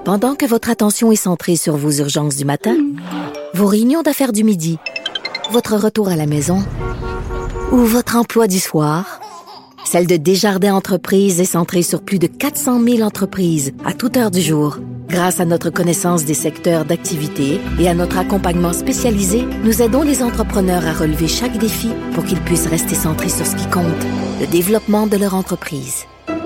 Pendant que votre attention est centrée sur vos urgences du matin, vos réunions d'affaires du midi, votre retour à la maison ou votre emploi du soir, celle de Desjardins Entreprises est centrée sur plus de 400 000 entreprises à toute heure du jour. Grâce à notre connaissance des secteurs d'activité et à notre accompagnement spécialisé, nous aidons les entrepreneurs à relever chaque défi pour qu'ils puissent rester centrés sur ce qui compte, le développement de leur entreprise.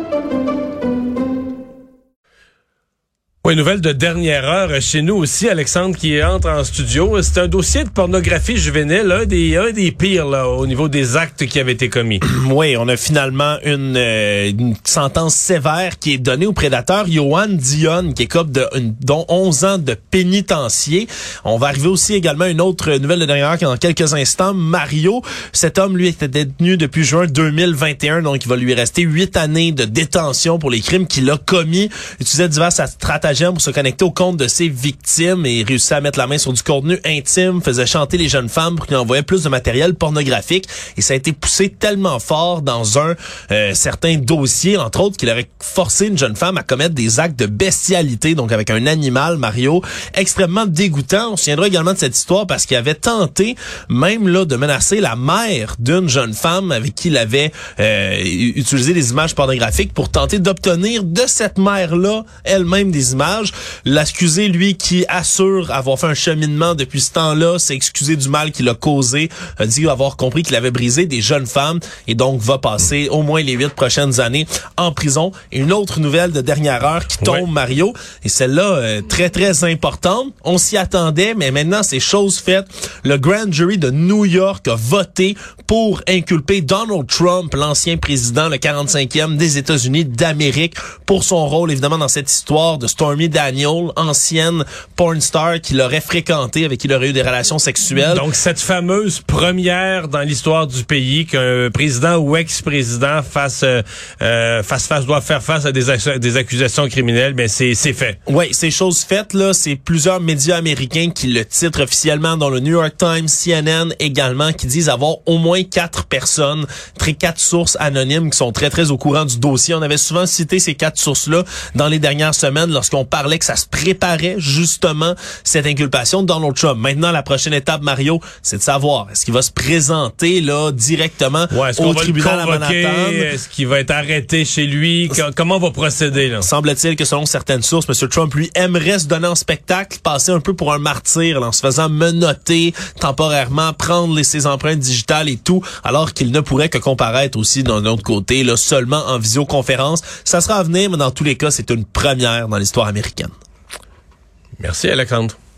Oui, nouvelle de dernière heure chez nous aussi, Alexandre qui entre en studio. C'est un dossier de pornographie juvénile, un des pires là, au niveau des actes qui avaient été commis. Oui, on a finalement une sentence sévère qui est donnée au prédateur Yohan Dion, qui écope dont 11 ans de pénitencier. On va arriver aussi également à une autre nouvelle de dernière heure dans quelques instants. Mario, cet homme, lui, était détenu depuis juin 2021, donc il va lui rester 8 années de détention pour les crimes qu'il a commis. Il utilisait divers stratagèmes pour se connecter au compte de ses victimes et réussissait à mettre la main sur du contenu intime, faisait chanter les jeunes femmes pour qu'il envoyait plus de matériel pornographique. Et ça a été poussé tellement fort dans un certain dossier, entre autres, qu'il aurait forcé une jeune femme à commettre des actes de bestialité, donc avec un animal, Mario, extrêmement dégoûtant. On se souviendra également de cette histoire parce qu'il avait tenté même là de menacer la mère d'une jeune femme avec qui il avait utilisé des images pornographiques pour tenter d'obtenir de cette mère-là elle-même des images. L'accusé, lui, qui assure avoir fait un cheminement depuis ce temps-là, s'est excusé du mal qu'il a causé, a dit avoir compris qu'il avait brisé des jeunes femmes et donc va passer au moins les 8 prochaines années en prison. Et une autre nouvelle de dernière heure qui tombe, Mario, et celle-là, très, très importante. On s'y attendait, mais maintenant, c'est chose faite. Le grand jury de New York a voté pour inculper Donald Trump, l'ancien président, le 45e des États-Unis d'Amérique, pour son rôle, évidemment, dans cette histoire de Stormy Daniels, ancienne porn star qu'il aurait fréquentée, avec qui il aurait eu des relations sexuelles. Donc, cette fameuse première dans l'histoire du pays qu'un président ou ex-président doit faire face à des accusations criminelles, mais c'est fait. Oui, c'est chose faite, là. C'est plusieurs médias américains qui le titrent officiellement, dans le New York Times, CNN également, qui disent avoir au moins 4 personnes, 4 sources anonymes qui sont très, très au courant du dossier. On avait souvent cité ces 4 sources-là dans les dernières semaines lorsqu'on parlait que ça se préparait justement cette inculpation de Donald Trump. Maintenant, la prochaine étape, Mario, c'est de savoir est-ce qu'il va se présenter là directement au tribunal à Manhattan. Est-ce qu'il va être arrêté chez lui? Comment on va procéder là? Semble-t-il que selon certaines sources, M. Trump, lui, aimerait se donner en spectacle, passer un peu pour un martyr là, en se faisant menotter temporairement, prendre ses empreintes digitales et tout, alors qu'il ne pourrait que comparaître aussi d'un autre côté, là, seulement en visioconférence. Ça sera à venir, mais dans tous les cas, c'est une première dans l'histoire américaine. Merci, Alexandre.